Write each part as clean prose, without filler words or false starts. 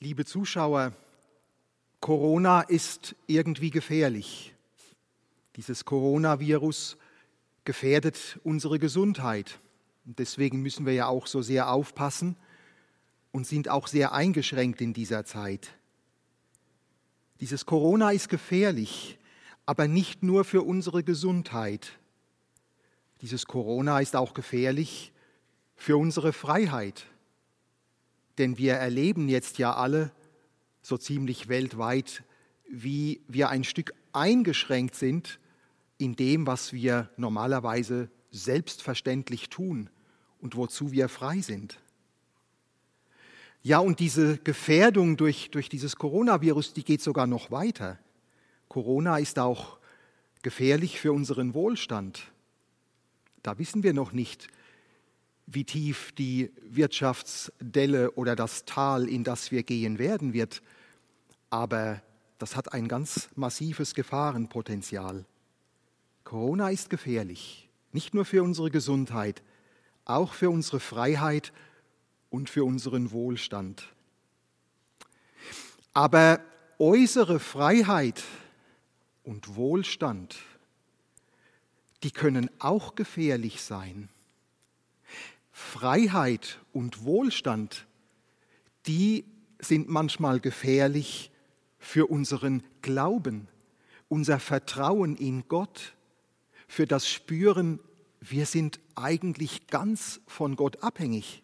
Liebe Zuschauer, Corona ist irgendwie gefährlich. Dieses Coronavirus gefährdet unsere Gesundheit. Und deswegen müssen wir ja auch so sehr aufpassen und sind auch sehr eingeschränkt in dieser Zeit. Dieses Corona ist gefährlich, aber nicht nur für unsere Gesundheit. Dieses Corona ist auch gefährlich für unsere Freiheit. Denn wir erleben jetzt ja alle so ziemlich weltweit, wie wir ein Stück eingeschränkt sind in dem, was wir normalerweise selbstverständlich tun und wozu wir frei sind. Ja, und diese Gefährdung durch dieses Coronavirus, die geht sogar noch weiter. Corona ist auch gefährlich für unseren Wohlstand. Da wissen wir noch nicht, wie tief die Wirtschaftsdelle oder das Tal, in das wir gehen werden wird. Aber das hat ein ganz massives Gefahrenpotenzial. Corona ist gefährlich, nicht nur für unsere Gesundheit, auch für unsere Freiheit und für unseren Wohlstand. Aber äußere Freiheit und Wohlstand, die können auch gefährlich sein. Freiheit und Wohlstand, die sind manchmal gefährlich für unseren Glauben, unser Vertrauen in Gott, für das Spüren, wir sind eigentlich ganz von Gott abhängig.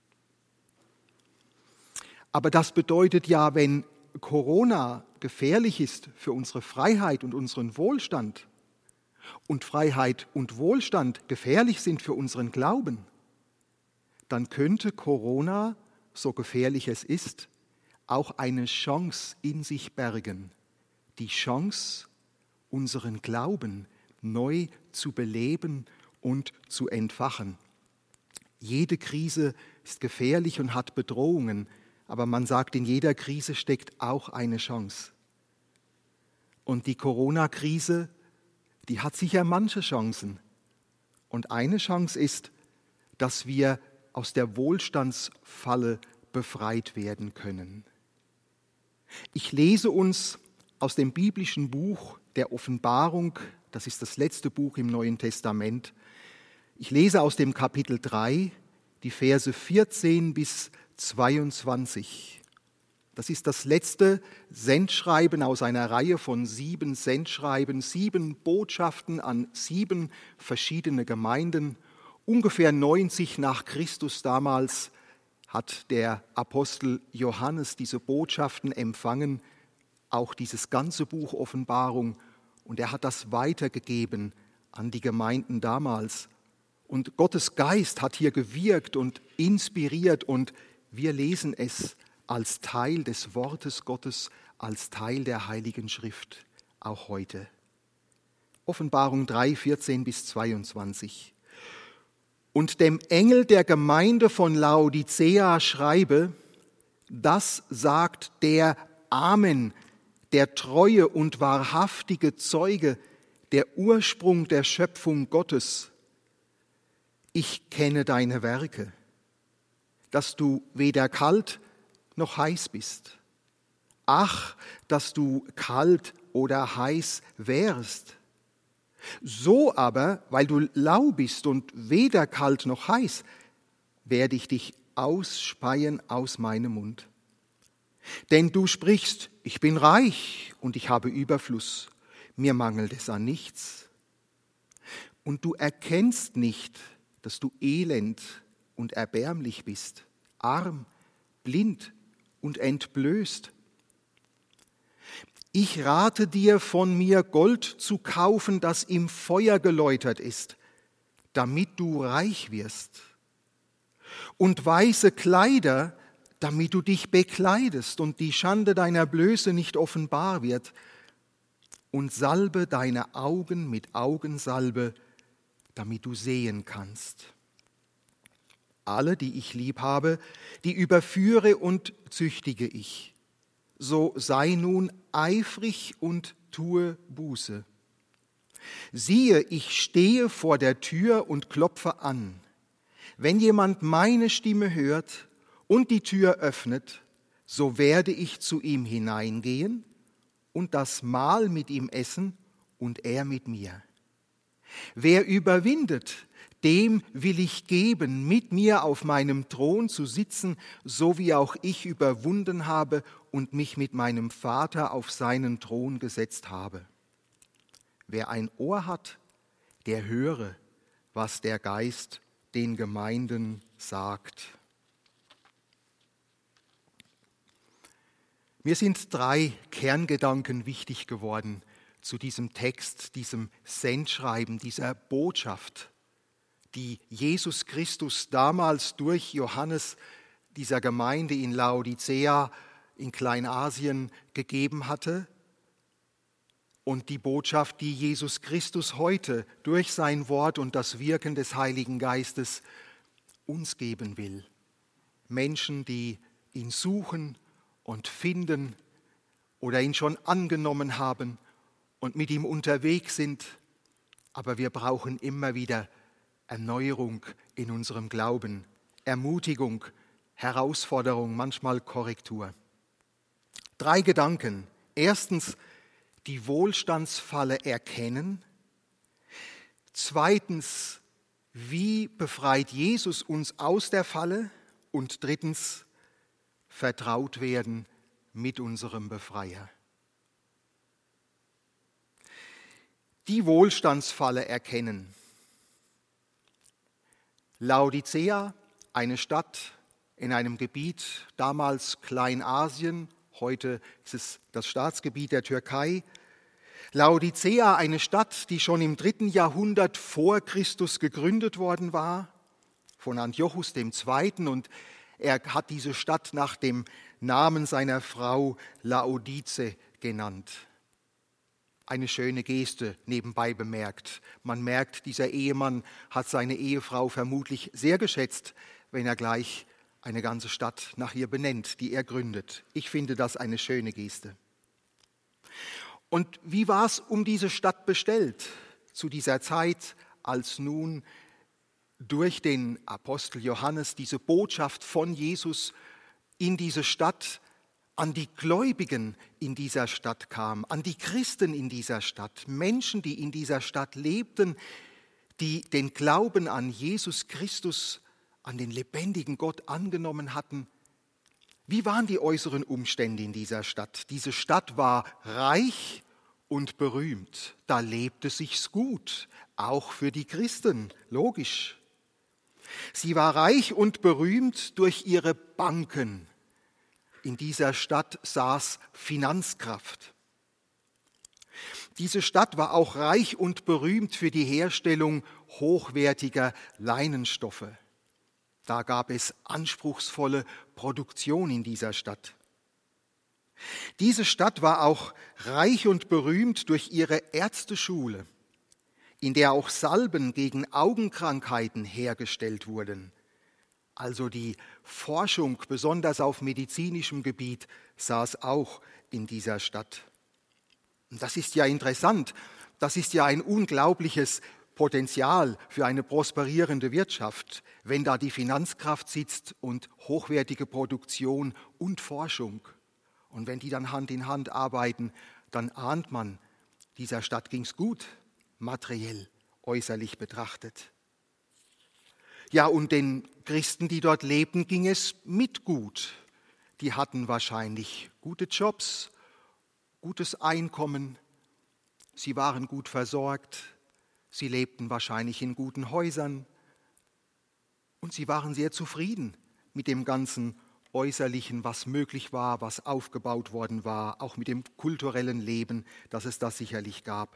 Aber das bedeutet ja, wenn Corona gefährlich ist für unsere Freiheit und unseren Wohlstand und Freiheit und Wohlstand gefährlich sind für unseren Glauben, dann könnte Corona, so gefährlich es ist, auch eine Chance in sich bergen. Die Chance, unseren Glauben neu zu beleben und zu entfachen. Jede Krise ist gefährlich und hat Bedrohungen, aber man sagt, in jeder Krise steckt auch eine Chance. Und die Corona-Krise, die hat sicher manche Chancen. Und eine Chance ist, dass wir aus der Wohlstandsfalle befreit werden können. Ich lese uns aus dem biblischen Buch der Offenbarung, das ist das letzte Buch im Neuen Testament, ich lese aus dem Kapitel 3 die Verse 14 bis 22. Das ist das letzte Sendschreiben aus einer Reihe von 7 Sendschreiben, 7 Botschaften an 7 verschiedene Gemeinden. Ungefähr 90 nach Christus damals hat der Apostel Johannes diese Botschaften empfangen, auch dieses ganze Buch Offenbarung, und er hat das weitergegeben an die Gemeinden damals. Und Gottes Geist hat hier gewirkt und inspiriert und wir lesen es als Teil des Wortes Gottes, als Teil der Heiligen Schrift, auch heute. Offenbarung 3, 14 bis 22. Und dem Engel der Gemeinde von Laodicea schreibe, das sagt der Amen, der treue und wahrhaftige Zeuge, der Ursprung der Schöpfung Gottes. Ich kenne deine Werke, dass du weder kalt noch heiß bist. Ach, dass du kalt oder heiß wärst. So aber, weil du lau bist und weder kalt noch heiß, werde ich dich ausspeien aus meinem Mund. Denn du sprichst, ich bin reich und ich habe Überfluss, mir mangelt es an nichts. Und du erkennst nicht, dass du elend und erbärmlich bist, arm, blind und entblößt. Ich rate dir, von mir Gold zu kaufen, das im Feuer geläutert ist, damit du reich wirst. Und weiße Kleider, damit du dich bekleidest und die Schande deiner Blöße nicht offenbar wird. Und salbe deine Augen mit Augensalbe, damit du sehen kannst. Alle, die ich lieb habe, die überführe und züchtige ich. So sei nun eifrig und tue Buße. Siehe, ich stehe vor der Tür und klopfe an. Wenn jemand meine Stimme hört und die Tür öffnet, so werde ich zu ihm hineingehen und das Mahl mit ihm essen und er mit mir. Wer überwindet, dem will ich geben, mit mir auf meinem Thron zu sitzen, so wie auch ich überwunden habe und mich mit meinem Vater auf seinen Thron gesetzt habe. Wer ein Ohr hat, der höre, was der Geist den Gemeinden sagt. Mir sind 3 Kerngedanken wichtig geworden zu diesem Text, diesem Sendschreiben, dieser Botschaft, die Jesus Christus damals durch Johannes dieser Gemeinde in Laodicea in Kleinasien gegeben hatte und die Botschaft, die Jesus Christus heute durch sein Wort und das Wirken des Heiligen Geistes uns geben will. Menschen, die ihn suchen und finden oder ihn schon angenommen haben und mit ihm unterwegs sind, aber wir brauchen immer wieder Erneuerung in unserem Glauben, Ermutigung, Herausforderung, manchmal Korrektur. 3 Gedanken. Erstens, die Wohlstandsfalle erkennen. Zweitens, wie befreit Jesus uns aus der Falle? Und drittens, vertraut werden mit unserem Befreier. Die Wohlstandsfalle erkennen. Laodicea, eine Stadt in einem Gebiet, damals Kleinasien, heute ist es das Staatsgebiet der Türkei. Laodicea, eine Stadt, die schon im 3. Jahrhundert vor Christus gegründet worden war, von Antiochus II. Und er hat diese Stadt nach dem Namen seiner Frau Laodice genannt. Eine schöne Geste, nebenbei bemerkt. Man merkt, dieser Ehemann hat seine Ehefrau vermutlich sehr geschätzt, wenn er gleich eine ganze Stadt nach ihr benennt, die er gründet. Ich finde das eine schöne Geste. Und wie war es um diese Stadt bestellt zu dieser Zeit, als nun durch den Apostel Johannes diese Botschaft von Jesus in diese Stadt, an die Gläubigen in dieser Stadt kam, an die Christen in dieser Stadt, Menschen, die in dieser Stadt lebten, die den Glauben an Jesus Christus, an den lebendigen Gott angenommen hatten. Wie waren die äußeren Umstände in dieser Stadt? Diese Stadt war reich und berühmt. Da lebte sich's gut, auch für die Christen, logisch. Sie war reich und berühmt durch ihre Banken. In dieser Stadt saß Finanzkraft. Diese Stadt war auch reich und berühmt für die Herstellung hochwertiger Leinenstoffe. Da gab es anspruchsvolle Produktion in dieser Stadt. Diese Stadt war auch reich und berühmt durch ihre Ärzteschule, in der auch Salben gegen Augenkrankheiten hergestellt wurden. Also die Forschung, besonders auf medizinischem Gebiet, saß auch in dieser Stadt. Und das ist ja interessant, das ist ja ein unglaubliches Potenzial für eine prosperierende Wirtschaft, wenn da die Finanzkraft sitzt und hochwertige Produktion und Forschung. Und wenn die dann Hand in Hand arbeiten, dann ahnt man, dieser Stadt ging's gut, materiell, äußerlich betrachtet. Ja, und den Christen, die dort lebten, ging es mit gut. Die hatten wahrscheinlich gute Jobs, gutes Einkommen, sie waren gut versorgt, sie lebten wahrscheinlich in guten Häusern und sie waren sehr zufrieden mit dem ganzen Äußerlichen, was möglich war, was aufgebaut worden war, auch mit dem kulturellen Leben, das es da sicherlich gab.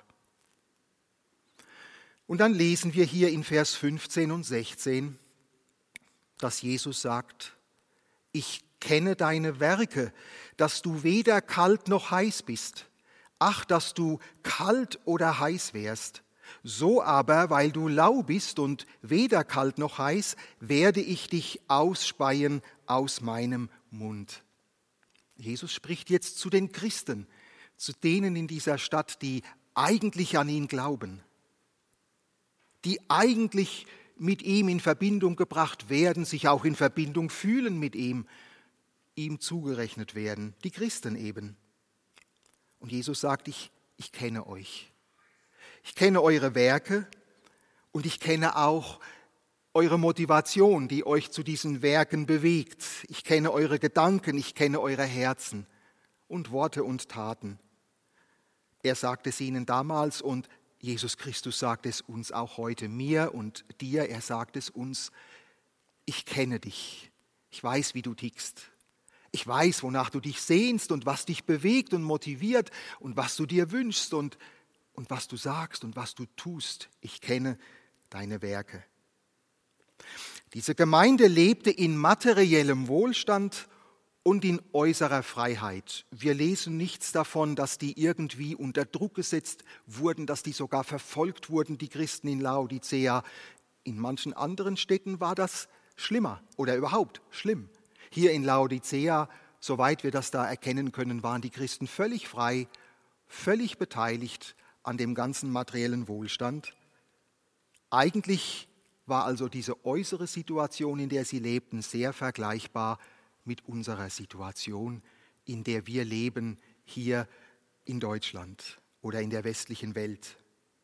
Und dann lesen wir hier in Vers 15 und 16, dass Jesus sagt, ich kenne deine Werke, dass du weder kalt noch heiß bist. Ach, dass du kalt oder heiß wärst. So aber, weil du lau bist und weder kalt noch heiß, werde ich dich ausspeien aus meinem Mund. Jesus spricht jetzt zu den Christen, zu denen in dieser Stadt, die eigentlich an ihn glauben, die eigentlich mit ihm in Verbindung gebracht werden, sich auch in Verbindung fühlen mit ihm. ihm zugerechnet werden, die Christen eben. Und Jesus sagt, ich kenne euch. Ich kenne eure Werke und ich kenne auch eure Motivation, die euch zu diesen Werken bewegt. Ich kenne eure Gedanken, ich kenne eure Herzen und Worte und Taten. Er sagte es ihnen damals und Jesus Christus sagt es uns auch heute, mir und dir. Er sagt es uns, ich kenne dich. Ich weiß, wie du tickst. Ich weiß, wonach du dich sehnst und was dich bewegt und motiviert und was du dir wünschst und was du sagst und was du tust. Ich kenne deine Werke. Diese Gemeinde lebte in materiellem Wohlstand und in äußerer Freiheit. Wir lesen nichts davon, dass die irgendwie unter Druck gesetzt wurden, dass die sogar verfolgt wurden, die Christen in Laodicea. In manchen anderen Städten war das schlimmer oder überhaupt schlimm. Hier in Laodicea, soweit wir das da erkennen können, waren die Christen völlig frei, völlig beteiligt an dem ganzen materiellen Wohlstand. Eigentlich war also diese äußere Situation, in der sie lebten, sehr vergleichbar mit unserer Situation, in der wir leben hier in Deutschland oder in der westlichen Welt.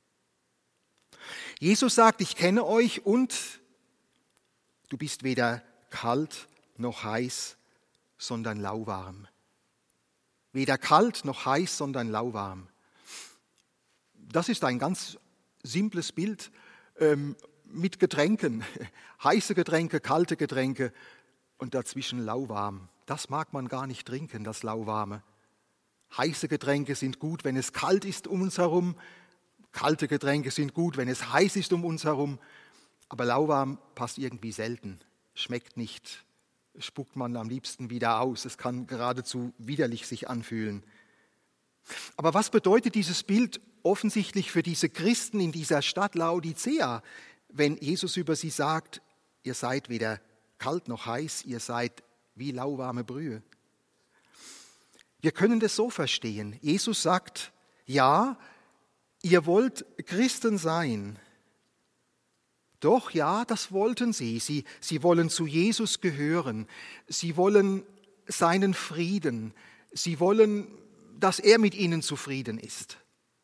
Jesus sagt, ich kenne euch und du bist weder kalt noch heiß, sondern lauwarm. Weder kalt noch heiß, sondern lauwarm. Das ist ein ganz simples Bild mit Getränken, heiße Getränke, kalte Getränke und dazwischen lauwarm. Das mag man gar nicht trinken, das Lauwarme. Heiße Getränke sind gut, wenn es kalt ist um uns herum. Kalte Getränke sind gut, wenn es heiß ist um uns herum. Aber lauwarm passt irgendwie selten, schmeckt nicht, spuckt man am liebsten wieder aus. Es kann geradezu widerlich sich anfühlen. Aber was bedeutet dieses Bild offensichtlich für diese Christen in dieser Stadt Laodicea, wenn Jesus über sie sagt, ihr seid weder kalt noch heiß, ihr seid wie lauwarme Brühe? Wir können das so verstehen. Jesus sagt, ja, ihr wollt Christen sein. Doch, ja, das wollten sie. Sie wollen zu Jesus gehören. Sie wollen seinen Frieden. Sie wollen, dass er mit ihnen zufrieden ist.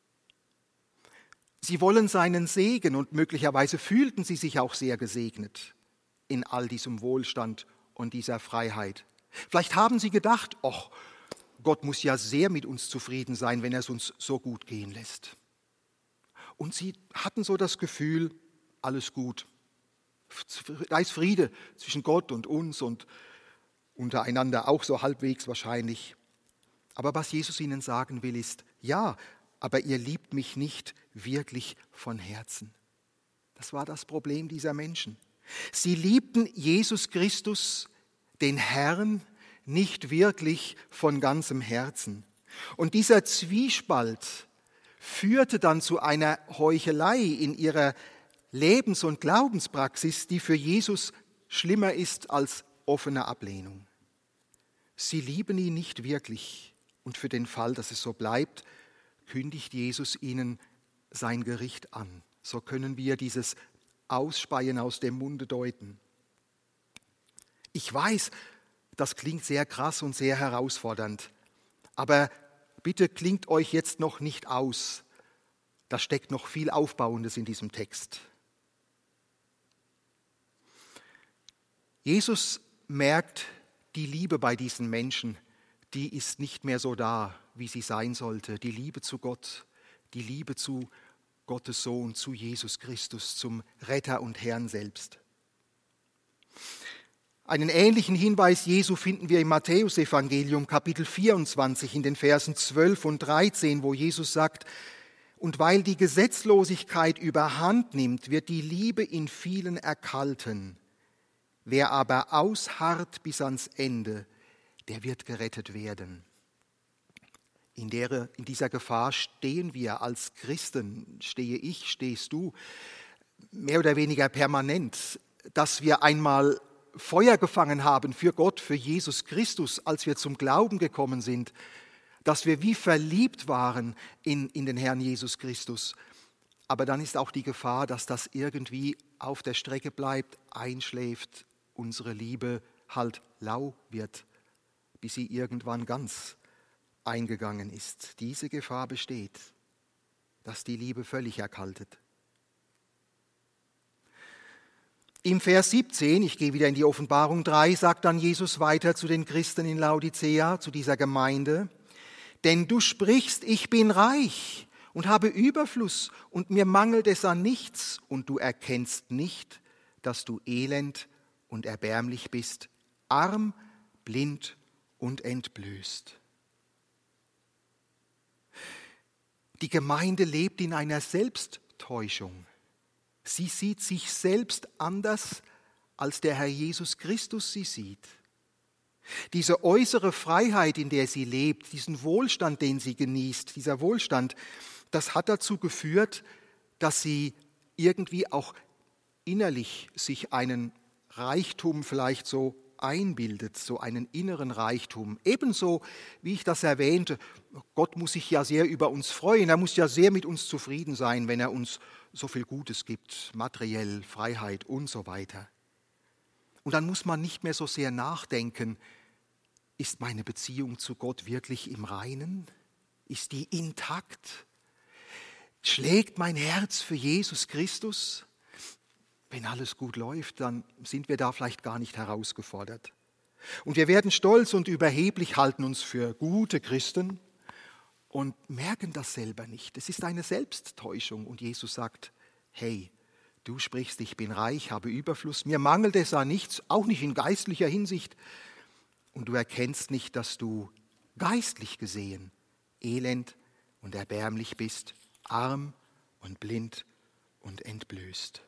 Sie wollen seinen Segen und möglicherweise fühlten sie sich auch sehr gesegnet in all diesem Wohlstand und dieser Freiheit. Vielleicht haben sie gedacht, ach, Gott muss ja sehr mit uns zufrieden sein, wenn er es uns so gut gehen lässt. Und sie hatten so das Gefühl, alles gut. Da ist Friede zwischen Gott und uns und untereinander auch so halbwegs wahrscheinlich. Aber was Jesus ihnen sagen will, ist, ja, aber ihr liebt mich nicht wirklich von Herzen. Das war das Problem dieser Menschen. Sie liebten Jesus Christus, den Herrn, nicht wirklich von ganzem Herzen. Und dieser Zwiespalt führte dann zu einer Heuchelei in ihrer Lebens- und Glaubenspraxis, die für Jesus schlimmer ist als offene Ablehnung. Sie lieben ihn nicht wirklich. Und für den Fall, dass es so bleibt, kündigt Jesus ihnen sein Gericht an. So können wir dieses Ausspeien aus dem Munde deuten. Ich weiß, das klingt sehr krass und sehr herausfordernd, aber bitte klingt euch jetzt noch nicht aus. Da steckt noch viel Aufbauendes in diesem Text. Jesus merkt die Liebe bei diesen Menschen, die ist nicht mehr so da, wie sie sein sollte. Die Liebe zu Gott, die Liebe zu Gottes Sohn, zu Jesus Christus, zum Retter und Herrn selbst. Einen ähnlichen Hinweis Jesu finden wir im Matthäusevangelium, Kapitel 24, in den Versen 12 und 13, wo Jesus sagt, und weil die Gesetzlosigkeit überhand nimmt, wird die Liebe in vielen erkalten. Wer aber ausharrt bis ans Ende, der wird gerettet werden. In dieser Gefahr stehen wir als Christen, stehe ich, stehst du, mehr oder weniger permanent, dass wir einmal Feuer gefangen haben für Gott, für Jesus Christus, als wir zum Glauben gekommen sind, dass wir wie verliebt waren in den Herrn Jesus Christus. Aber dann ist auch die Gefahr, dass das irgendwie auf der Strecke bleibt, einschläft, unsere Liebe halt lau wird, bis sie irgendwann ganz eingegangen ist. Diese Gefahr besteht, dass die Liebe völlig erkaltet. Im Vers 17, ich gehe wieder in die Offenbarung 3, sagt dann Jesus weiter zu den Christen in Laodicea, zu dieser Gemeinde: Denn du sprichst, ich bin reich und habe Überfluss und mir mangelt es an nichts, und du erkennst nicht, dass du elend und erbärmlich bist, arm, blind und entblößt. Die Gemeinde lebt in einer Selbsttäuschung. Sie sieht sich selbst anders, als der Herr Jesus Christus sie sieht. Diese äußere Freiheit, in der sie lebt, diesen Wohlstand, den sie genießt, dieser Wohlstand, das hat dazu geführt, dass sie irgendwie auch innerlich sich einen Reichtum vielleicht so einbildet, so einen inneren Reichtum. Ebenso, wie ich das erwähnte, Gott muss sich ja sehr über uns freuen, er muss ja sehr mit uns zufrieden sein, wenn er uns so viel Gutes gibt, materiell, Freiheit und so weiter. Und dann muss man nicht mehr so sehr nachdenken, ist meine Beziehung zu Gott wirklich im Reinen? Ist die intakt? Schlägt mein Herz für Jesus Christus? Wenn alles gut läuft, dann sind wir da vielleicht gar nicht herausgefordert. Und wir werden stolz und überheblich, halten uns für gute Christen und merken das selber nicht. Es ist eine Selbsttäuschung und Jesus sagt: Hey, du sprichst, ich bin reich, habe Überfluss, mir mangelt es an nichts, auch nicht in geistlicher Hinsicht. Und du erkennst nicht, dass du geistlich gesehen elend und erbärmlich bist, arm und blind und entblößt.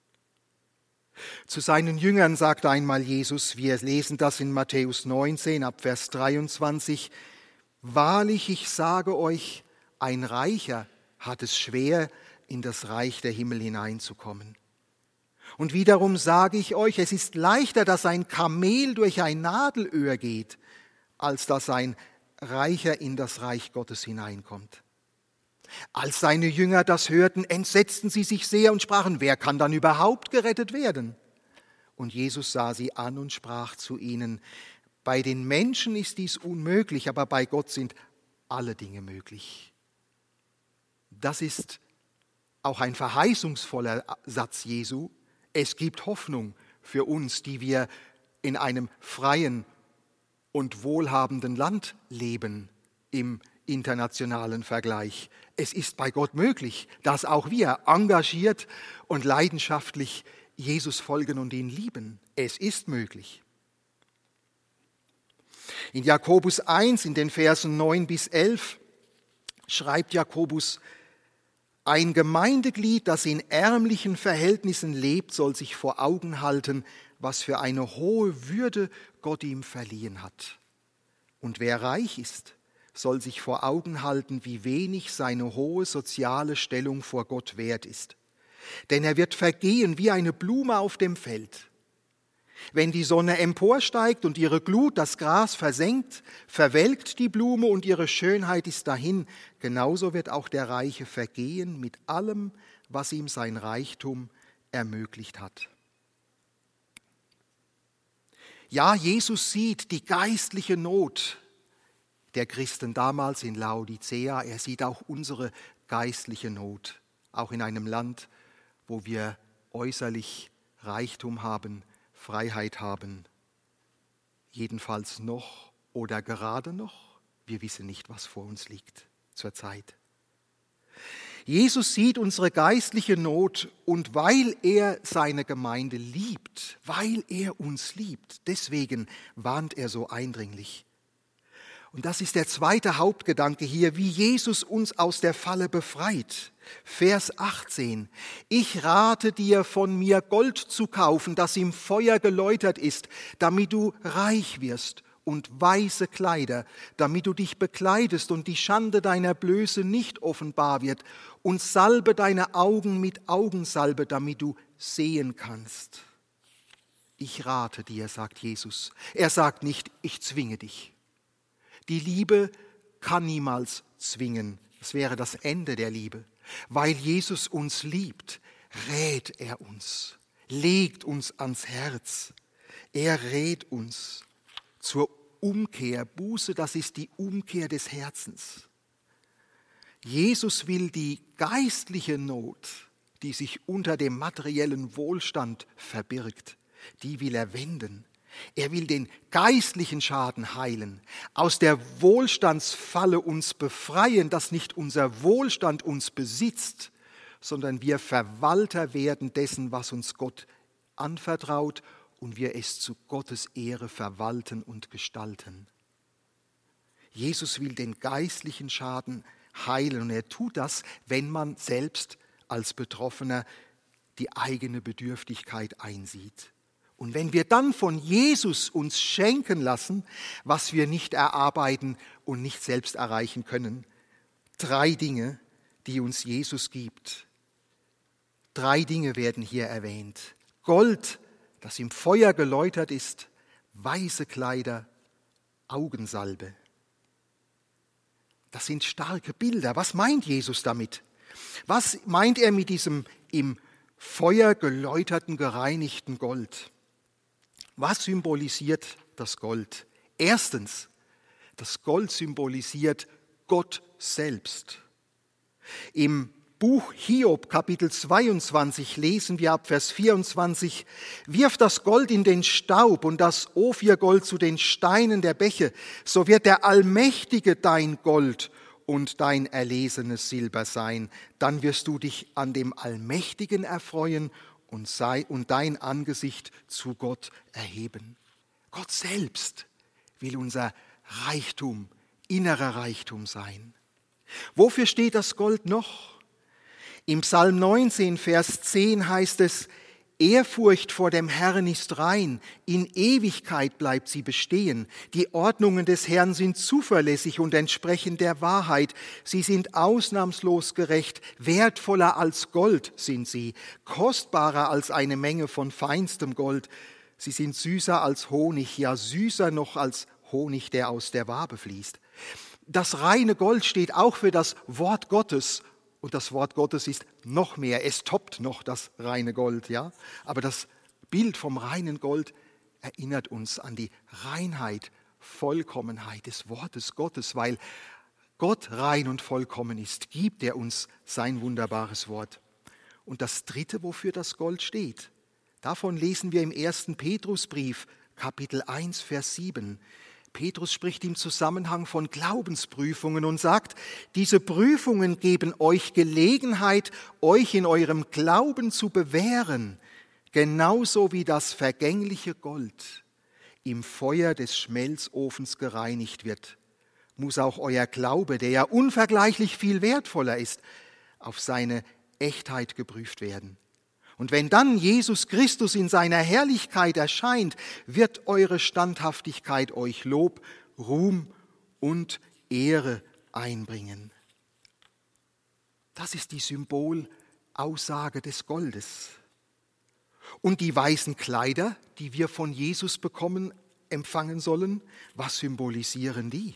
Zu seinen Jüngern sagte einmal Jesus, wir lesen das in Matthäus 19 ab Vers 23, wahrlich, ich sage euch, ein Reicher hat es schwer, in das Reich der Himmel hineinzukommen. Und wiederum sage ich euch, es ist leichter, dass ein Kamel durch ein Nadelöhr geht, als dass ein Reicher in das Reich Gottes hineinkommt. Als seine Jünger das hörten, entsetzten sie sich sehr und sprachen: Wer kann dann überhaupt gerettet werden? Und Jesus sah sie an und sprach zu ihnen: Bei den Menschen ist dies unmöglich, aber bei Gott sind alle Dinge möglich. Das ist auch ein verheißungsvoller Satz Jesu. Es gibt Hoffnung für uns, die wir in einem freien und wohlhabenden Land leben im internationalen Vergleich. Es ist bei Gott möglich, dass auch wir engagiert und leidenschaftlich Jesus folgen und ihn lieben. Es ist möglich. In Jakobus 1, in den Versen 9 bis 11, schreibt Jakobus: Ein Gemeindeglied, das in ärmlichen Verhältnissen lebt, soll sich vor Augen halten, was für eine hohe Würde Gott ihm verliehen hat. Und wer reich ist, soll sich vor Augen halten, wie wenig seine hohe soziale Stellung vor Gott wert ist. Denn er wird vergehen wie eine Blume auf dem Feld. Wenn die Sonne emporsteigt und ihre Glut das Gras versenkt, verwelkt die Blume und ihre Schönheit ist dahin. Genauso wird auch der Reiche vergehen mit allem, was ihm sein Reichtum ermöglicht hat. Ja, Jesus sieht die geistliche Not der Christen damals in Laodicea. Er sieht auch unsere geistliche Not, auch in einem Land, wo wir äußerlich Reichtum haben, Freiheit haben. Jedenfalls noch oder gerade noch. Wir wissen nicht, was vor uns liegt zur Zeit. Jesus sieht unsere geistliche Not und weil er seine Gemeinde liebt, weil er uns liebt, deswegen warnt er so eindringlich. Und das ist der zweite Hauptgedanke hier, wie Jesus uns aus der Falle befreit. Vers 18. Ich rate dir, von mir Gold zu kaufen, das im Feuer geläutert ist, damit du reich wirst, und weiße Kleider, damit du dich bekleidest und die Schande deiner Blöße nicht offenbar wird, und salbe deine Augen mit Augensalbe, damit du sehen kannst. Ich rate dir, sagt Jesus. Er sagt nicht, ich zwinge dich. Die Liebe kann niemals zwingen. Das wäre das Ende der Liebe. Weil Jesus uns liebt, rät er uns, legt uns ans Herz. Er rät uns zur Umkehr. Buße, das ist die Umkehr des Herzens. Jesus will die geistliche Not, die sich unter dem materiellen Wohlstand verbirgt, die will er wenden. Er will den geistlichen Schaden heilen, aus der Wohlstandsfalle uns befreien, dass nicht unser Wohlstand uns besitzt, sondern wir Verwalter werden dessen, was uns Gott anvertraut und wir es zu Gottes Ehre verwalten und gestalten. Jesus will den geistlichen Schaden heilen und er tut das, wenn man selbst als Betroffener die eigene Bedürftigkeit einsieht. Und wenn wir dann von Jesus uns schenken lassen, was wir nicht erarbeiten und nicht selbst erreichen können, 3 Dinge, die uns Jesus gibt. 3 Dinge werden hier erwähnt. Gold, das im Feuer geläutert ist, weiße Kleider, Augensalbe. Das sind starke Bilder. Was meint Jesus damit? Was meint er mit diesem im Feuer geläuterten, gereinigten Gold? Was symbolisiert das Gold? Erstens, das Gold symbolisiert Gott selbst. Im Buch Hiob, Kapitel 22, lesen wir ab Vers 24, wirf das Gold in den Staub und das Ophirgold zu den Steinen der Bäche, so wird der Allmächtige dein Gold und dein erlesenes Silber sein. Dann wirst du dich an dem Allmächtigen erfreuen und dein Angesicht zu Gott erheben. Gott selbst will unser Reichtum, innerer Reichtum sein. Wofür steht das Gold noch? Im Psalm 19, Vers 10 heißt es, Ehrfurcht vor dem Herrn ist rein, in Ewigkeit bleibt sie bestehen. Die Ordnungen des Herrn sind zuverlässig und entsprechen der Wahrheit. Sie sind ausnahmslos gerecht, wertvoller als Gold sind sie, kostbarer als eine Menge von feinstem Gold. Sie sind süßer als Honig, ja süßer noch als Honig, der aus der Wabe fließt. Das reine Gold steht auch für das Wort Gottes. Und das Wort Gottes ist noch mehr, es toppt noch das reine Gold, ja. Aber das Bild vom reinen Gold erinnert uns an die Reinheit, Vollkommenheit des Wortes Gottes, weil Gott rein und vollkommen ist, gibt er uns sein wunderbares Wort. Und das Dritte, wofür das Gold steht, davon lesen wir im 1. Petrusbrief, Kapitel 1, Vers 7. Petrus spricht im Zusammenhang von Glaubensprüfungen und sagt, diese Prüfungen geben euch Gelegenheit, euch in eurem Glauben zu bewähren, genauso wie das vergängliche Gold im Feuer des Schmelzofens gereinigt wird, muss auch euer Glaube, der ja unvergleichlich viel wertvoller ist, auf seine Echtheit geprüft werden. Und wenn dann Jesus Christus in seiner Herrlichkeit erscheint, wird eure Standhaftigkeit euch Lob, Ruhm und Ehre einbringen. Das ist die Symbolaussage des Goldes. Und die weißen Kleider, die wir von Jesus empfangen sollen, was symbolisieren die?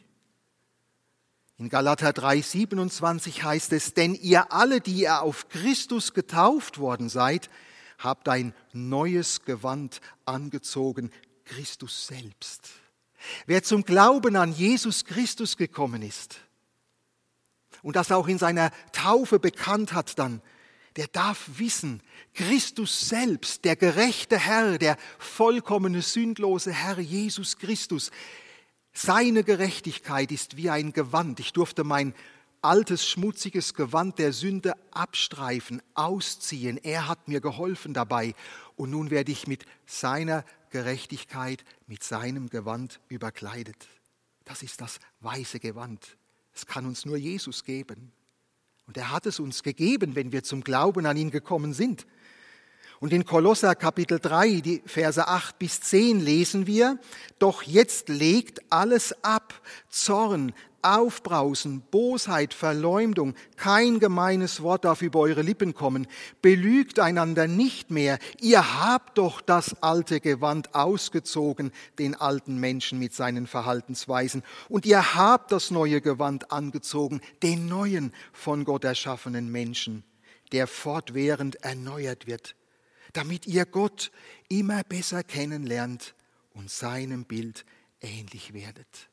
In Galater 3,27 heißt es, denn ihr alle, die ihr auf Christus getauft worden seid, habt ein neues Gewand angezogen, Christus selbst. Wer zum Glauben an Jesus Christus gekommen ist und das auch in seiner Taufe bekannt hat dann, der darf wissen, Christus selbst, der gerechte Herr, der vollkommene, sündlose Herr Jesus Christus, seine Gerechtigkeit ist wie ein Gewand. Ich durfte mein altes, schmutziges Gewand der Sünde abstreifen, ausziehen. Er hat mir geholfen dabei. Und nun werde ich mit seiner Gerechtigkeit, mit seinem Gewand überkleidet. Das ist das weiße Gewand. Es kann uns nur Jesus geben. Und er hat es uns gegeben, wenn wir zum Glauben an ihn gekommen sind. Und in Kolosser Kapitel 3, die Verse 8 bis 10 lesen wir, doch jetzt legt alles ab, Zorn, Aufbrausen, Bosheit, Verleumdung, kein gemeines Wort darf über eure Lippen kommen, belügt einander nicht mehr, ihr habt doch das alte Gewand ausgezogen, den alten Menschen mit seinen Verhaltensweisen, und ihr habt das neue Gewand angezogen, den neuen von Gott erschaffenen Menschen, der fortwährend erneuert wird, damit ihr Gott immer besser kennenlernt und seinem Bild ähnlich werdet.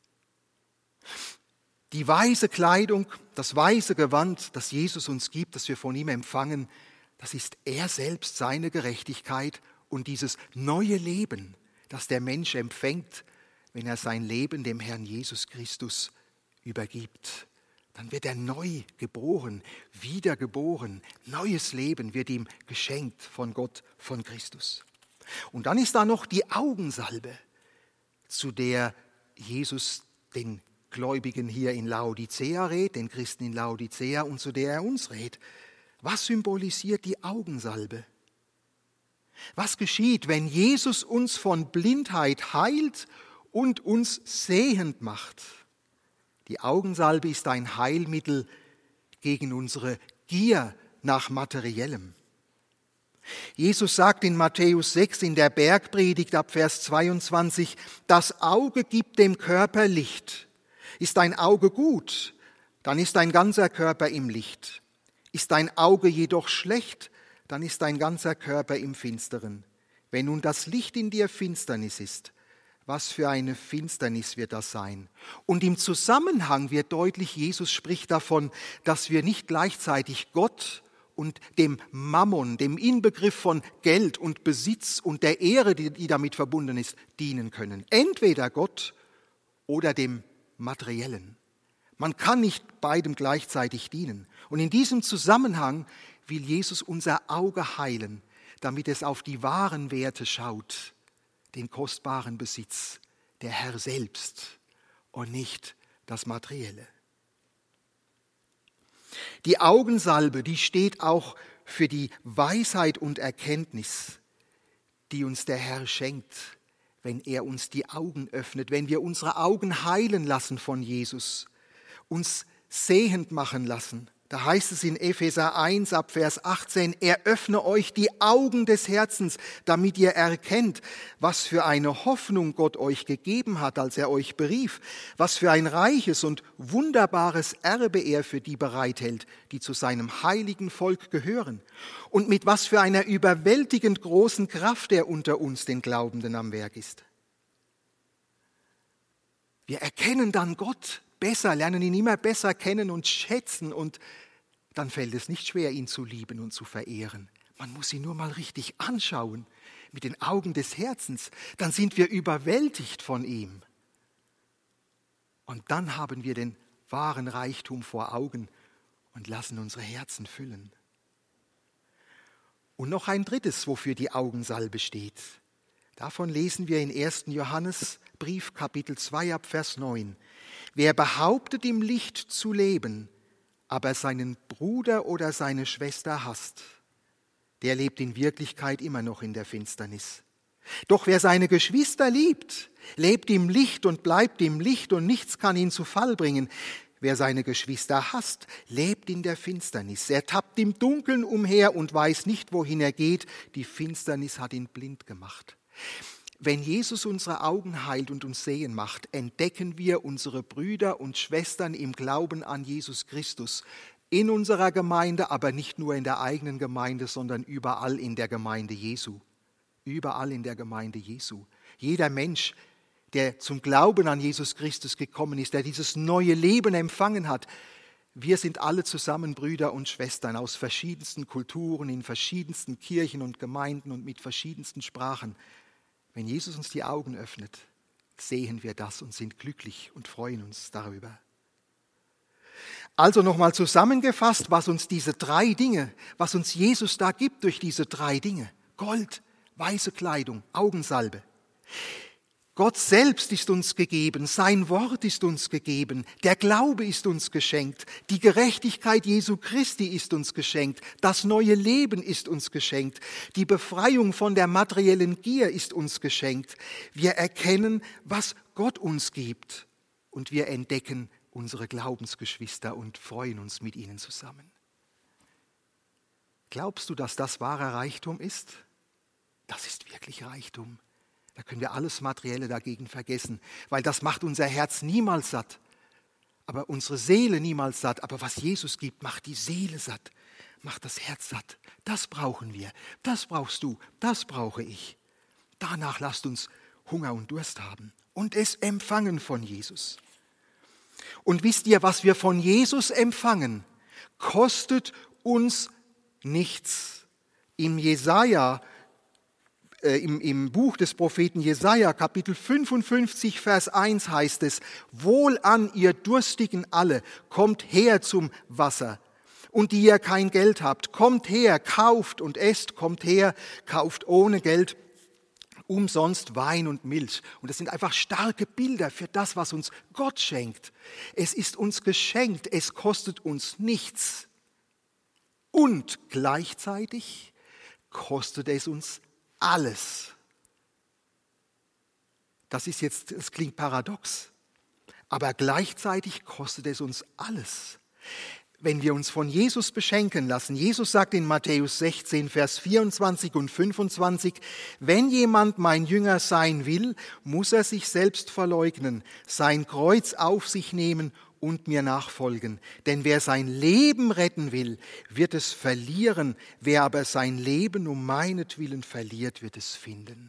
Die weiße Kleidung, das weiße Gewand, das Jesus uns gibt, das wir von ihm empfangen, das ist er selbst, seine Gerechtigkeit und dieses neue Leben, das der Mensch empfängt, wenn er sein Leben dem Herrn Jesus Christus übergibt. Dann wird er neu geboren, wiedergeboren. Neues Leben wird ihm geschenkt von Gott, von Christus. Und dann ist da noch die Augensalbe, zu der Jesus den Gläubigen hier in Laodicea rät, den Christen in Laodicea und zu der er uns rät. Was symbolisiert die Augensalbe? Was geschieht, wenn Jesus uns von Blindheit heilt und uns sehend macht? Die Augensalbe ist ein Heilmittel gegen unsere Gier nach Materiellem. Jesus sagt in Matthäus 6 in der Bergpredigt ab Vers 22, das Auge gibt dem Körper Licht. Ist dein Auge gut, dann ist dein ganzer Körper im Licht. Ist dein Auge jedoch schlecht, dann ist dein ganzer Körper im Finsteren. Wenn nun das Licht in dir Finsternis ist, was für eine Finsternis wird das sein? Und im Zusammenhang wird deutlich, Jesus spricht davon, dass wir nicht gleichzeitig Gott und dem Mammon, dem Inbegriff von Geld und Besitz und der Ehre, die damit verbunden ist, dienen können. Entweder Gott oder dem Materiellen. Man kann nicht beidem gleichzeitig dienen. Und in diesem Zusammenhang will Jesus unser Auge heilen, damit es auf die wahren Werte schaut, den kostbaren Besitz, der Herr selbst und nicht das Materielle. Die Augensalbe, die steht auch für die Weisheit und Erkenntnis, die uns der Herr schenkt, wenn er uns die Augen öffnet, wenn wir unsere Augen heilen lassen von Jesus, uns sehend machen lassen. Da heißt es in Epheser 1 ab Vers 18, er öffne euch die Augen des Herzens, damit ihr erkennt, was für eine Hoffnung Gott euch gegeben hat, als er euch berief, was für ein reiches und wunderbares Erbe er für die bereithält, die zu seinem heiligen Volk gehören, und mit was für einer überwältigend großen Kraft er unter uns, den Glaubenden, am Werk ist. Wir erkennen dann Gott besser, lernen ihn immer besser kennen und schätzen und dann fällt es nicht schwer, ihn zu lieben und zu verehren. Man muss ihn nur mal richtig anschauen, mit den Augen des Herzens, dann sind wir überwältigt von ihm. Und dann haben wir den wahren Reichtum vor Augen und lassen unsere Herzen füllen. Und noch ein drittes, wofür die Augensalbe steht. Davon lesen wir in 1. Johannesbrief, Kapitel 2, ab Vers 9. Wer behauptet, im Licht zu leben, aber seinen Bruder oder seine Schwester hasst, der lebt in Wirklichkeit immer noch in der Finsternis. Doch wer seine Geschwister liebt, lebt im Licht und bleibt im Licht und nichts kann ihn zu Fall bringen. Wer seine Geschwister hasst, lebt in der Finsternis. Er tappt im Dunkeln umher und weiß nicht, wohin er geht. Die Finsternis hat ihn blind gemacht. Wenn Jesus unsere Augen heilt und uns sehen macht, entdecken wir unsere Brüder und Schwestern im Glauben an Jesus Christus in unserer Gemeinde, aber nicht nur in der eigenen Gemeinde, sondern überall in der Gemeinde Jesu. Überall in der Gemeinde Jesu. Jeder Mensch, der zum Glauben an Jesus Christus gekommen ist, der dieses neue Leben empfangen hat, wir sind alle zusammen Brüder und Schwestern aus verschiedensten Kulturen, in verschiedensten Kirchen und Gemeinden und mit verschiedensten Sprachen. Wenn Jesus uns die Augen öffnet, sehen wir das und sind glücklich und freuen uns darüber. Also nochmal zusammengefasst, was uns diese drei Dinge, was uns Jesus da gibt durch diese drei Dinge: Gold, weiße Kleidung, Augensalbe. Gott selbst ist uns gegeben, sein Wort ist uns gegeben, der Glaube ist uns geschenkt, die Gerechtigkeit Jesu Christi ist uns geschenkt, das neue Leben ist uns geschenkt, die Befreiung von der materiellen Gier ist uns geschenkt. Wir erkennen, was Gott uns gibt und wir entdecken unsere Glaubensgeschwister und freuen uns mit ihnen zusammen. Glaubst du, dass das wahrer Reichtum ist? Das ist wirklich Reichtum. Da können wir alles Materielle dagegen vergessen, weil das macht unser Herz niemals satt, aber unsere Seele niemals satt. Aber was Jesus gibt, macht die Seele satt, macht das Herz satt. Das brauchen wir, das brauchst du, das brauche ich. Danach lasst uns Hunger und Durst haben und es empfangen von Jesus. Und wisst ihr, was wir von Jesus empfangen, kostet uns nichts. Im Buch des Propheten Jesaja, Kapitel 55, Vers 1 heißt es: Wohlan, ihr Durstigen alle, kommt her zum Wasser. Und die ihr kein Geld habt, kommt her, kauft und esst, kommt her, kauft ohne Geld umsonst Wein und Milch. Und das sind einfach starke Bilder für das, was uns Gott schenkt. Es ist uns geschenkt, es kostet uns nichts. Und gleichzeitig kostet es uns alles. Das klingt paradox, aber gleichzeitig kostet es uns alles. Wenn wir uns von Jesus beschenken lassen, Jesus sagt in Matthäus 16, Vers 24 und 25, wenn jemand mein Jünger sein will, muss er sich selbst verleugnen, sein Kreuz auf sich nehmen und mir nachfolgen. Denn wer sein Leben retten will, wird es verlieren. Wer aber sein Leben um meinetwillen verliert, wird es finden.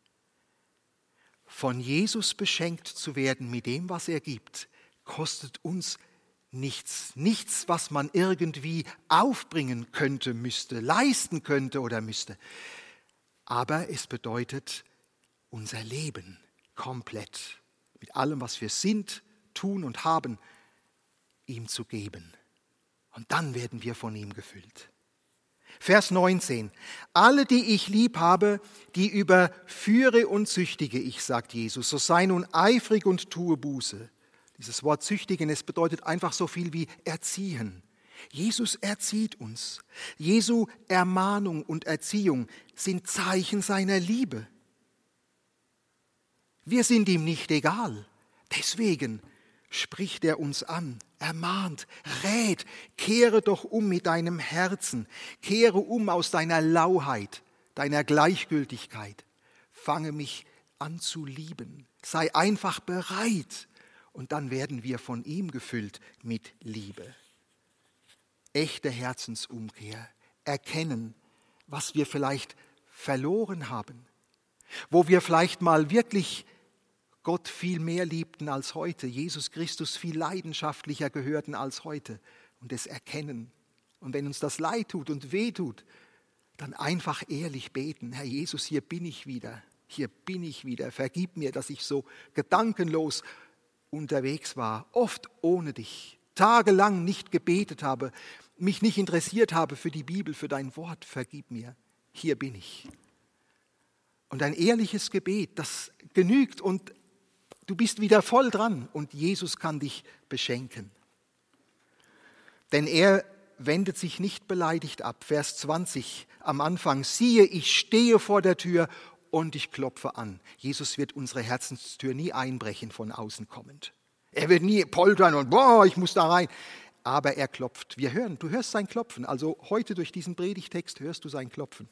Von Jesus beschenkt zu werden mit dem, was er gibt, kostet uns nichts. Nichts, was man irgendwie aufbringen könnte, müsste, leisten könnte oder müsste. Aber es bedeutet unser Leben komplett, mit allem, was wir sind, tun und haben, ihm zu geben. Und dann werden wir von ihm gefüllt. Vers 19. Alle, die ich lieb habe, die überführe und züchtige ich, sagt Jesus. So sei nun eifrig und tue Buße. Dieses Wort züchtigen, es bedeutet einfach so viel wie erziehen. Jesus erzieht uns. Jesu Ermahnung und Erziehung sind Zeichen seiner Liebe. Wir sind ihm nicht egal. Deswegen spricht er uns an, ermahnt, rät, kehre doch um mit deinem Herzen, kehre um aus deiner Lauheit, deiner Gleichgültigkeit, fange mich an zu lieben, sei einfach bereit und dann werden wir von ihm gefüllt mit Liebe. Echte Herzensumkehr, erkennen, was wir vielleicht verloren haben, wo wir vielleicht mal wirklich Gott viel mehr liebten als heute, Jesus Christus viel leidenschaftlicher gehörten als heute und es erkennen. Und wenn uns das leid tut und weh tut, dann einfach ehrlich beten, Herr Jesus, hier bin ich wieder, vergib mir, dass ich so gedankenlos unterwegs war, oft ohne dich, tagelang nicht gebetet habe, mich nicht interessiert habe für die Bibel, für dein Wort, vergib mir, hier bin ich. Und ein ehrliches Gebet, das genügt und du bist wieder voll dran und Jesus kann dich beschenken. Denn er wendet sich nicht beleidigt ab. Vers 20 am Anfang, siehe, ich stehe vor der Tür und ich klopfe an. Jesus wird unsere Herzenstür nie einbrechen von außen kommend. Er wird nie poltern und boah, ich muss da rein. Aber er klopft. Du hörst sein Klopfen. Also heute durch diesen Predigtext hörst du sein Klopfen.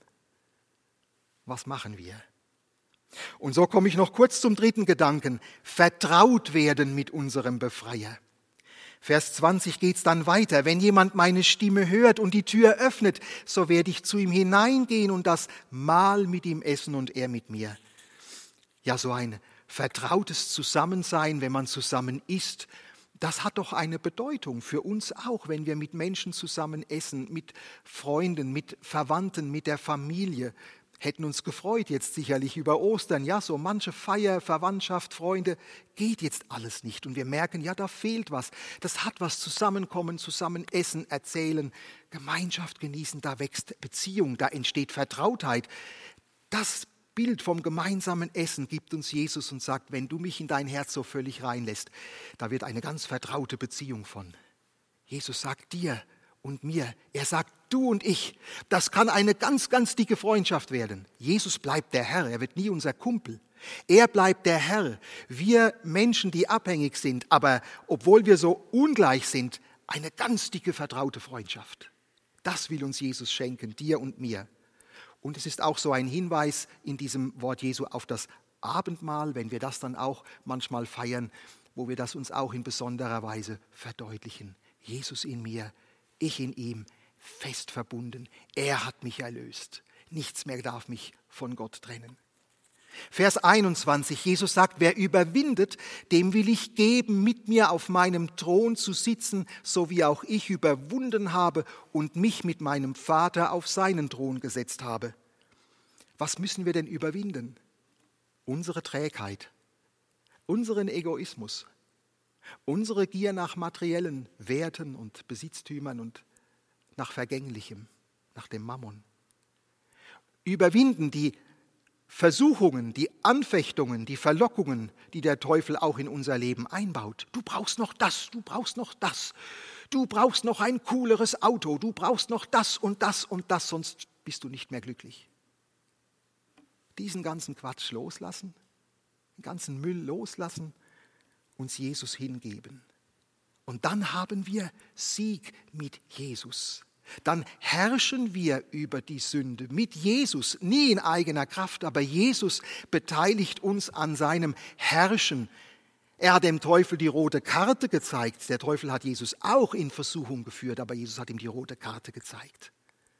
Was machen wir? Und so komme ich noch kurz zum dritten Gedanken. Vertraut werden mit unserem Befreier. Vers 20 geht es dann weiter. Wenn jemand meine Stimme hört und die Tür öffnet, so werde ich zu ihm hineingehen und das Mahl mit ihm essen und er mit mir. Ja, so ein vertrautes Zusammensein, wenn man zusammen isst, das hat doch eine Bedeutung für uns auch, wenn wir mit Menschen zusammen essen, mit Freunden, mit Verwandten, mit der Familie. Hätten uns gefreut jetzt sicherlich über Ostern. Ja, so manche Feier, Verwandtschaft, Freunde, geht jetzt alles nicht. Und wir merken, ja, da fehlt was. Das hat was, Zusammenkommen, zusammen essen, erzählen, Gemeinschaft genießen, da wächst Beziehung, da entsteht Vertrautheit. Das Bild vom gemeinsamen Essen gibt uns Jesus und sagt, wenn du mich in dein Herz so völlig reinlässt, da wird eine ganz vertraute Beziehung von. Jesus sagt dir und mir, er sagt du und ich, das kann eine ganz, ganz dicke Freundschaft werden. Jesus bleibt der Herr, er wird nie unser Kumpel. Er bleibt der Herr. Wir Menschen, die abhängig sind, aber obwohl wir so ungleich sind, eine ganz dicke, vertraute Freundschaft. Das will uns Jesus schenken, dir und mir. Und es ist auch so ein Hinweis in diesem Wort Jesu auf das Abendmahl, wenn wir das dann auch manchmal feiern, wo wir das uns auch in besonderer Weise verdeutlichen. Jesus in mir, ich in ihm, fest verbunden. Er hat mich erlöst. Nichts mehr darf mich von Gott trennen. Vers 21, Jesus sagt, wer überwindet, dem will ich geben, mit mir auf meinem Thron zu sitzen, so wie auch ich überwunden habe und mich mit meinem Vater auf seinen Thron gesetzt habe. Was müssen wir denn überwinden? Unsere Trägheit, unseren Egoismus, unsere Gier nach materiellen Werten und Besitztümern und nach Vergänglichem, nach dem Mammon. Überwinden die Versuchungen, die Anfechtungen, die Verlockungen, die der Teufel auch in unser Leben einbaut. Du brauchst noch das, du brauchst noch das, du brauchst noch ein cooleres Auto, du brauchst noch das und das und das, sonst bist du nicht mehr glücklich. Diesen ganzen Quatsch loslassen, den ganzen Müll loslassen, uns Jesus hingeben. Und dann haben wir Sieg mit Jesus. Dann herrschen wir über die Sünde mit Jesus, nie in eigener Kraft, aber Jesus beteiligt uns an seinem Herrschen. Er hat dem Teufel die rote Karte gezeigt. Der Teufel hat Jesus auch in Versuchung geführt, aber Jesus hat ihm die rote Karte gezeigt.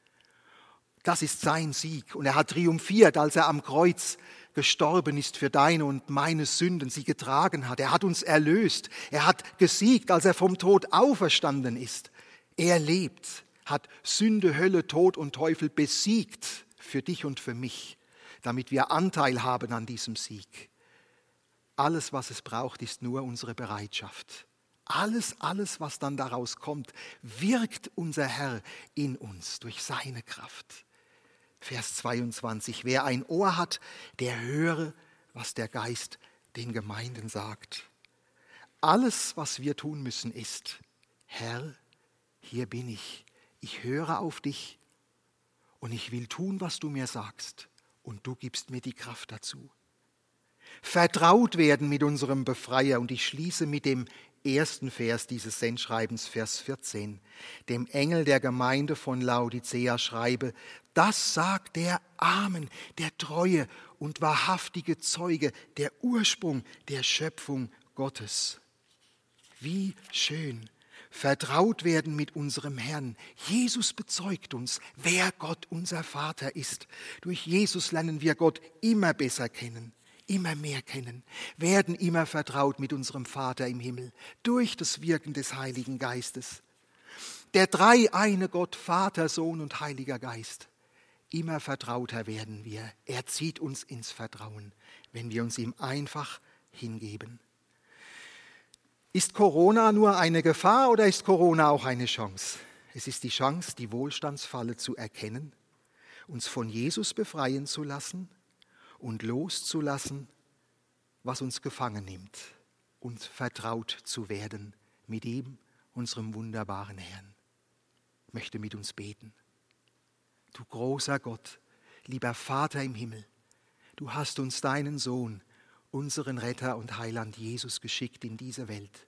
Das ist sein Sieg. Und er hat triumphiert, als er am Kreuz gestorben ist für deine und meine Sünden, sie getragen hat. Er hat uns erlöst. Er hat gesiegt, als er vom Tod auferstanden ist. Er lebt, hat Sünde, Hölle, Tod und Teufel besiegt für dich und für mich, damit wir Anteil haben an diesem Sieg. Alles, was es braucht, ist nur unsere Bereitschaft. Alles, was dann daraus kommt, wirkt unser Herr in uns durch seine Kraft. Vers 22, wer ein Ohr hat, der höre, was der Geist den Gemeinden sagt. Alles, was wir tun müssen, ist, Herr, hier bin ich. Ich höre auf dich und ich will tun, was du mir sagst und du gibst mir die Kraft dazu. Vertraut werden mit unserem Befreier und ich schließe mit dem ersten Vers dieses Sendschreibens, Vers 14. Dem Engel der Gemeinde von Laodicea schreibe, das sagt der Amen, der treue und wahrhaftige Zeuge, der Ursprung der Schöpfung Gottes. Wie schön! Vertraut werden mit unserem Herrn. Jesus bezeugt uns, wer Gott unser Vater ist. Durch Jesus lernen wir Gott immer besser kennen, immer mehr kennen, werden immer vertraut mit unserem Vater im Himmel, durch das Wirken des Heiligen Geistes. Der dreieine Gott, Vater, Sohn und Heiliger Geist. Immer vertrauter werden wir. Er zieht uns ins Vertrauen, wenn wir uns ihm einfach hingeben. Ist Corona nur eine Gefahr oder ist Corona auch eine Chance? Es ist die Chance, die Wohlstandsfalle zu erkennen, uns von Jesus befreien zu lassen und loszulassen, was uns gefangen nimmt und vertraut zu werden mit ihm, unserem wunderbaren Herrn. Ich möchte mit uns beten. Du großer Gott, lieber Vater im Himmel, du hast uns deinen Sohn, unseren Retter und Heiland Jesus geschickt in diese Welt.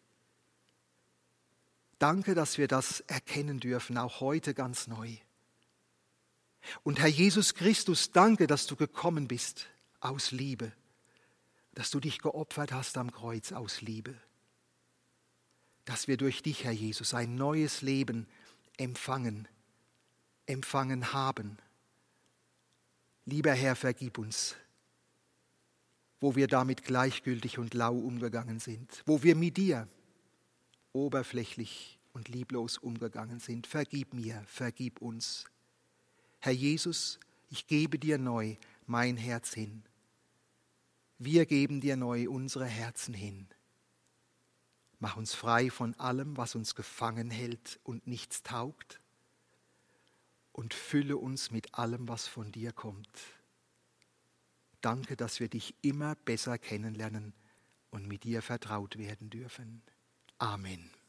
Danke, dass wir das erkennen dürfen, auch heute ganz neu. Und Herr Jesus Christus, danke, dass du gekommen bist aus Liebe, dass du dich geopfert hast am Kreuz aus Liebe, dass wir durch dich, Herr Jesus, ein neues Leben empfangen haben. Lieber Herr, vergib uns, wo wir damit gleichgültig und lau umgegangen sind, wo wir mit dir oberflächlich und lieblos umgegangen sind. Vergib mir, vergib uns. Herr Jesus, ich gebe dir neu mein Herz hin. Wir geben dir neu unsere Herzen hin. Mach uns frei von allem, was uns gefangen hält und nichts taugt. Und fülle uns mit allem, was von dir kommt. Danke, dass wir dich immer besser kennenlernen und mit dir vertraut werden dürfen. Amen.